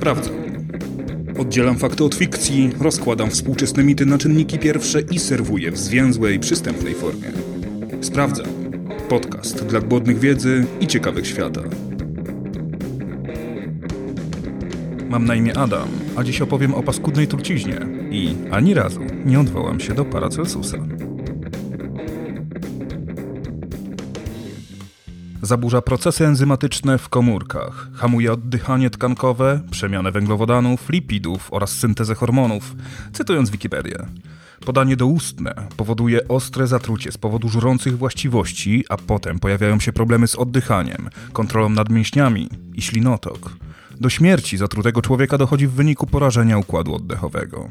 Sprawdzam. Oddzielam fakty od fikcji, rozkładam współczesne mity na czynniki pierwsze i serwuję w zwięzłej, przystępnej formie. Sprawdzam. Podcast dla głodnych wiedzy i ciekawych świata. Mam na imię Adam, a dziś opowiem o paskudnej truciźnie i ani razu nie odwołam się do Paracelsusa. Zaburza procesy enzymatyczne w komórkach, hamuje oddychanie tkankowe, przemianę węglowodanów, lipidów oraz syntezę hormonów, cytując Wikipedię. Podanie doustne powoduje ostre zatrucie z powodu żrących właściwości, a potem pojawiają się problemy z oddychaniem, kontrolą nad mięśniami i ślinotok. Do śmierci zatrutego człowieka dochodzi w wyniku porażenia układu oddechowego.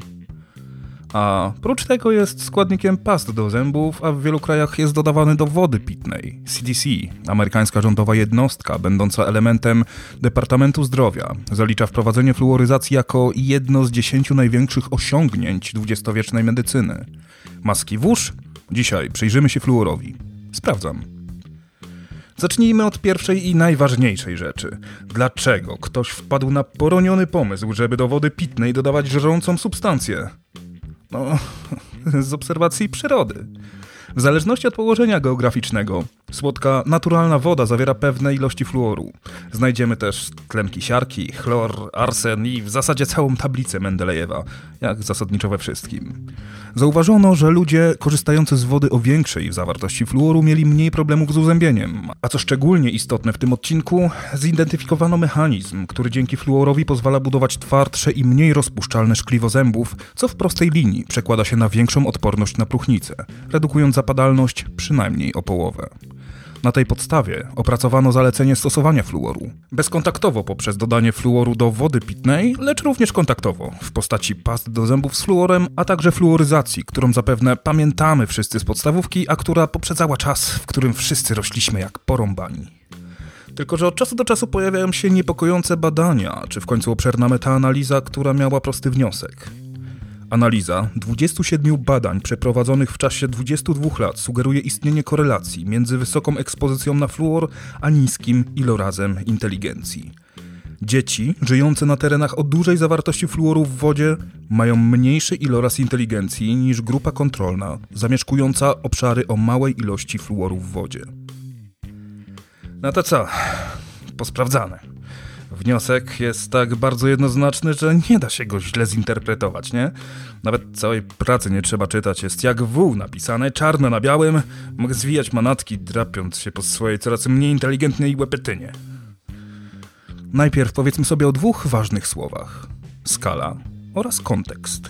A prócz tego jest składnikiem past do zębów, a w wielu krajach jest dodawany do wody pitnej. CDC, amerykańska rządowa jednostka będąca elementem Departamentu Zdrowia, zalicza wprowadzenie fluoryzacji jako jedno z 10 największych osiągnięć dwudziestowiecznej medycyny. Maski włóż? Dzisiaj przyjrzymy się fluorowi. Sprawdzam. Zacznijmy od pierwszej i najważniejszej rzeczy. Dlaczego ktoś wpadł na poroniony pomysł, żeby do wody pitnej dodawać żrącą substancję? No, z obserwacji przyrody. W zależności od położenia geograficznego, słodka, naturalna woda zawiera pewne ilości fluoru. Znajdziemy też tlenki siarki, chlor, arsen i w zasadzie całą tablicę Mendelejewa, jak zasadniczo we wszystkim. Zauważono, że ludzie korzystający z wody o większej zawartości fluoru mieli mniej problemów z uzębieniem. A co szczególnie istotne w tym odcinku, zidentyfikowano mechanizm, który dzięki fluorowi pozwala budować twardsze i mniej rozpuszczalne szkliwo zębów, co w prostej linii przekłada się na większą odporność na próchnicę, redukując zapadalność przynajmniej o połowę. Na tej podstawie opracowano zalecenie stosowania fluoru. Bezkontaktowo poprzez dodanie fluoru do wody pitnej, lecz również kontaktowo w postaci past do zębów z fluorem, a także fluoryzacji, którą zapewne pamiętamy wszyscy z podstawówki, a która poprzedzała czas, w którym wszyscy rośliśmy jak porąbani. Tylko że od czasu do czasu pojawiają się niepokojące badania, czy w końcu obszerna metaanaliza, która miała prosty wniosek. Analiza 27 badań przeprowadzonych w czasie 22 lat sugeruje istnienie korelacji między wysoką ekspozycją na fluor a niskim ilorazem inteligencji. Dzieci żyjące na terenach o dużej zawartości fluoru w wodzie mają mniejszy iloraz inteligencji niż grupa kontrolna zamieszkująca obszary o małej ilości fluoru w wodzie. No to co? Posprawdzane. Wniosek jest tak bardzo jednoznaczny, że nie da się go źle zinterpretować, nie? Nawet całej pracy nie trzeba czytać, jest jak wół napisane, czarno na białym. Mogę zwijać manatki, drapiąc się po swojej coraz mniej inteligentnej łepetynie. Najpierw powiedzmy sobie o dwóch ważnych słowach. Skala oraz kontekst.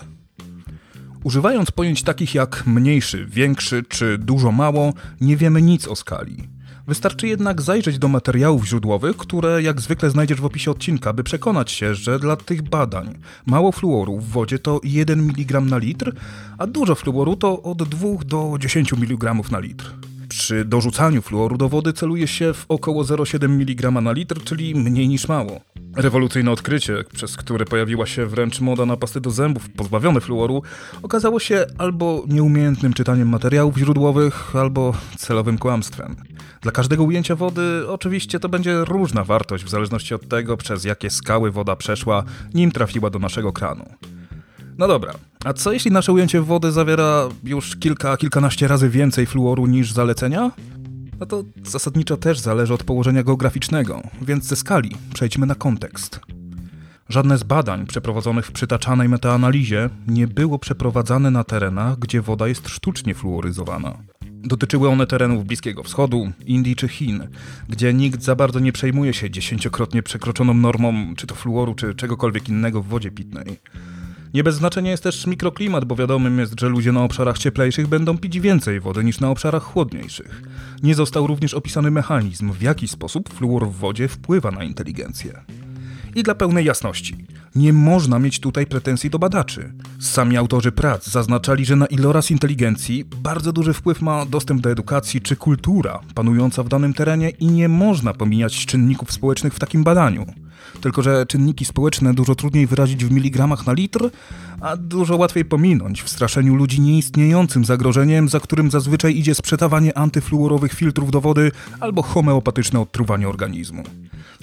Używając pojęć takich jak mniejszy, większy czy dużo mało, nie wiemy nic o skali. Wystarczy jednak zajrzeć do materiałów źródłowych, które jak zwykle znajdziesz w opisie odcinka, by przekonać się, że dla tych badań mało fluoru w wodzie to 1 mg na litr, a dużo fluoru to od 2 do 10 mg na litr. Przy dorzucaniu fluoru do wody celuje się w około 0,7 mg na litr, czyli mniej niż mało. Rewolucyjne odkrycie, przez które pojawiła się wręcz moda na pasty do zębów pozbawione fluoru, okazało się albo nieumiejętnym czytaniem materiałów źródłowych, albo celowym kłamstwem. Dla każdego ujęcia wody oczywiście to będzie różna wartość w zależności od tego, przez jakie skały woda przeszła, nim trafiła do naszego kranu. No dobra, a co jeśli nasze ujęcie wody zawiera już kilkanaście razy więcej fluoru niż zalecenia? No to zasadniczo też zależy od położenia geograficznego, więc ze skali przejdźmy na kontekst. Żadne z badań przeprowadzonych w przytaczanej metaanalizie nie było przeprowadzane na terenach, gdzie woda jest sztucznie fluoryzowana. Dotyczyły one terenów Bliskiego Wschodu, Indii czy Chin, gdzie nikt za bardzo nie przejmuje się 10-krotnie przekroczoną normą czy to fluoru, czy czegokolwiek innego w wodzie pitnej. Nie bez znaczenia jest też mikroklimat, bo wiadomym jest, że ludzie na obszarach cieplejszych będą pić więcej wody niż na obszarach chłodniejszych. Nie został również opisany mechanizm, w jaki sposób fluor w wodzie wpływa na inteligencję. I dla pełnej jasności, nie można mieć tutaj pretensji do badaczy. Sami autorzy prac zaznaczali, że na iloraz inteligencji bardzo duży wpływ ma dostęp do edukacji czy kultura panująca w danym terenie i nie można pomijać czynników społecznych w takim badaniu. Tylko że czynniki społeczne dużo trudniej wyrazić w miligramach na litr, a dużo łatwiej pominąć w straszeniu ludzi nieistniejącym zagrożeniem, za którym zazwyczaj idzie sprzedawanie antyfluorowych filtrów do wody albo homeopatyczne odtruwanie organizmu.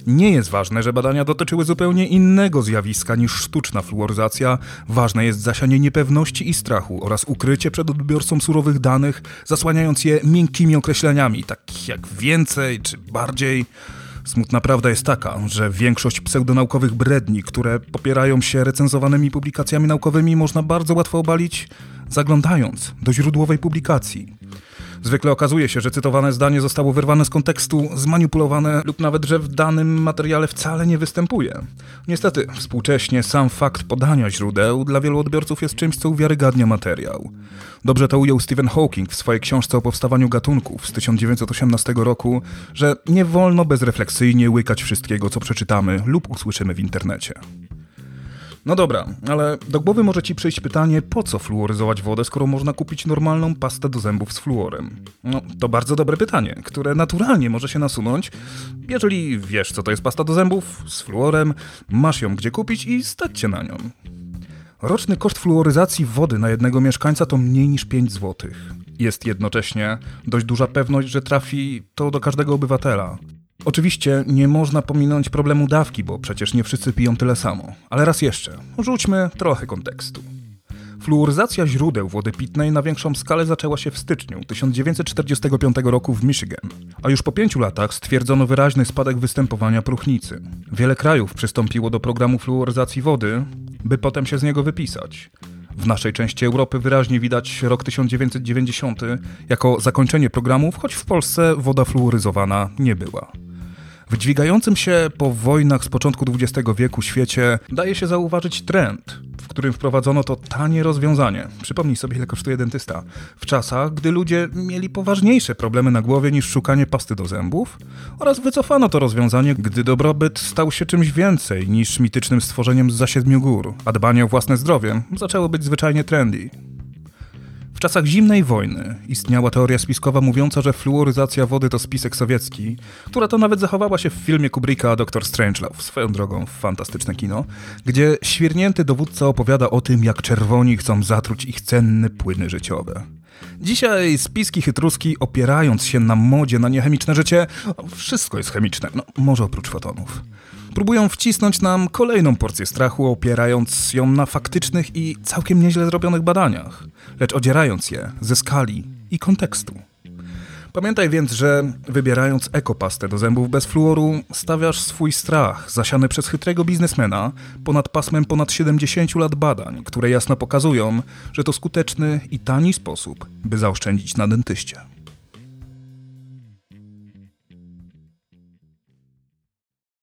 Nie jest ważne, że badania dotyczyły zupełnie innego zjawiska niż sztuczna fluoryzacja. Ważne jest zasianie niepewności i strachu oraz ukrycie przed odbiorcą surowych danych, zasłaniając je miękkimi określeniami, takich jak więcej czy bardziej. Smutna prawda jest taka, że większość pseudonaukowych bredni, które popierają się recenzowanymi publikacjami naukowymi, można bardzo łatwo obalić, zaglądając do źródłowej publikacji. Zwykle okazuje się, że cytowane zdanie zostało wyrwane z kontekstu, zmanipulowane lub nawet, że w danym materiale wcale nie występuje. Niestety, współcześnie sam fakt podania źródeł dla wielu odbiorców jest czymś, co uwiarygadnia materiał. Dobrze to ujął Stephen Hawking w swojej książce o powstawaniu gatunków z 1918 roku, że nie wolno bezrefleksyjnie łykać wszystkiego, co przeczytamy lub usłyszymy w internecie. No dobra, ale do głowy może ci przyjść pytanie, po co fluoryzować wodę, skoro można kupić normalną pastę do zębów z fluorem? No, to bardzo dobre pytanie, które naturalnie może się nasunąć. Jeżeli wiesz, co to jest pasta do zębów z fluorem, masz ją gdzie kupić i stać cię na nią. Roczny koszt fluoryzacji wody na jednego mieszkańca to mniej niż 5 zł. Jest jednocześnie dość duża pewność, że trafi to do każdego obywatela. Oczywiście nie można pominąć problemu dawki, bo przecież nie wszyscy piją tyle samo. Ale raz jeszcze, rzućmy trochę kontekstu. Fluoryzacja źródeł wody pitnej na większą skalę zaczęła się w styczniu 1945 roku w Michigan, a już po 5 latach stwierdzono wyraźny spadek występowania próchnicy. Wiele krajów przystąpiło do programu fluoryzacji wody, by potem się z niego wypisać. W naszej części Europy wyraźnie widać rok 1990 jako zakończenie programów, choć w Polsce woda fluoryzowana nie była. W dźwigającym się po wojnach z początku XX wieku świecie daje się zauważyć trend, w którym wprowadzono to tanie rozwiązanie. Przypomnij sobie, ile kosztuje dentysta. W czasach, gdy ludzie mieli poważniejsze problemy na głowie niż szukanie pasty do zębów, oraz wycofano to rozwiązanie, gdy dobrobyt stał się czymś więcej niż mitycznym stworzeniem zza 7 gór, a dbanie o własne zdrowie zaczęło być zwyczajnie trendy. W czasach zimnej wojny istniała teoria spiskowa mówiąca, że fluoryzacja wody to spisek sowiecki, która to nawet zachowała się w filmie Kubricka Dr. Strangelove, swoją drogą fantastyczne kino, gdzie świrnięty dowódca opowiada o tym, jak czerwoni chcą zatruć ich cenne płyny życiowe. Dzisiaj spiski chytruski, opierając się na modzie na niechemiczne życie, wszystko jest chemiczne, może oprócz fotonów. Próbują wcisnąć nam kolejną porcję strachu, opierając ją na faktycznych i całkiem nieźle zrobionych badaniach, lecz odzierając je ze skali i kontekstu. Pamiętaj więc, że wybierając ekopastę do zębów bez fluoru, stawiasz swój strach zasiany przez chytrego biznesmena ponad pasmem ponad 70 lat badań, które jasno pokazują, że to skuteczny i tani sposób, by zaoszczędzić na dentyście.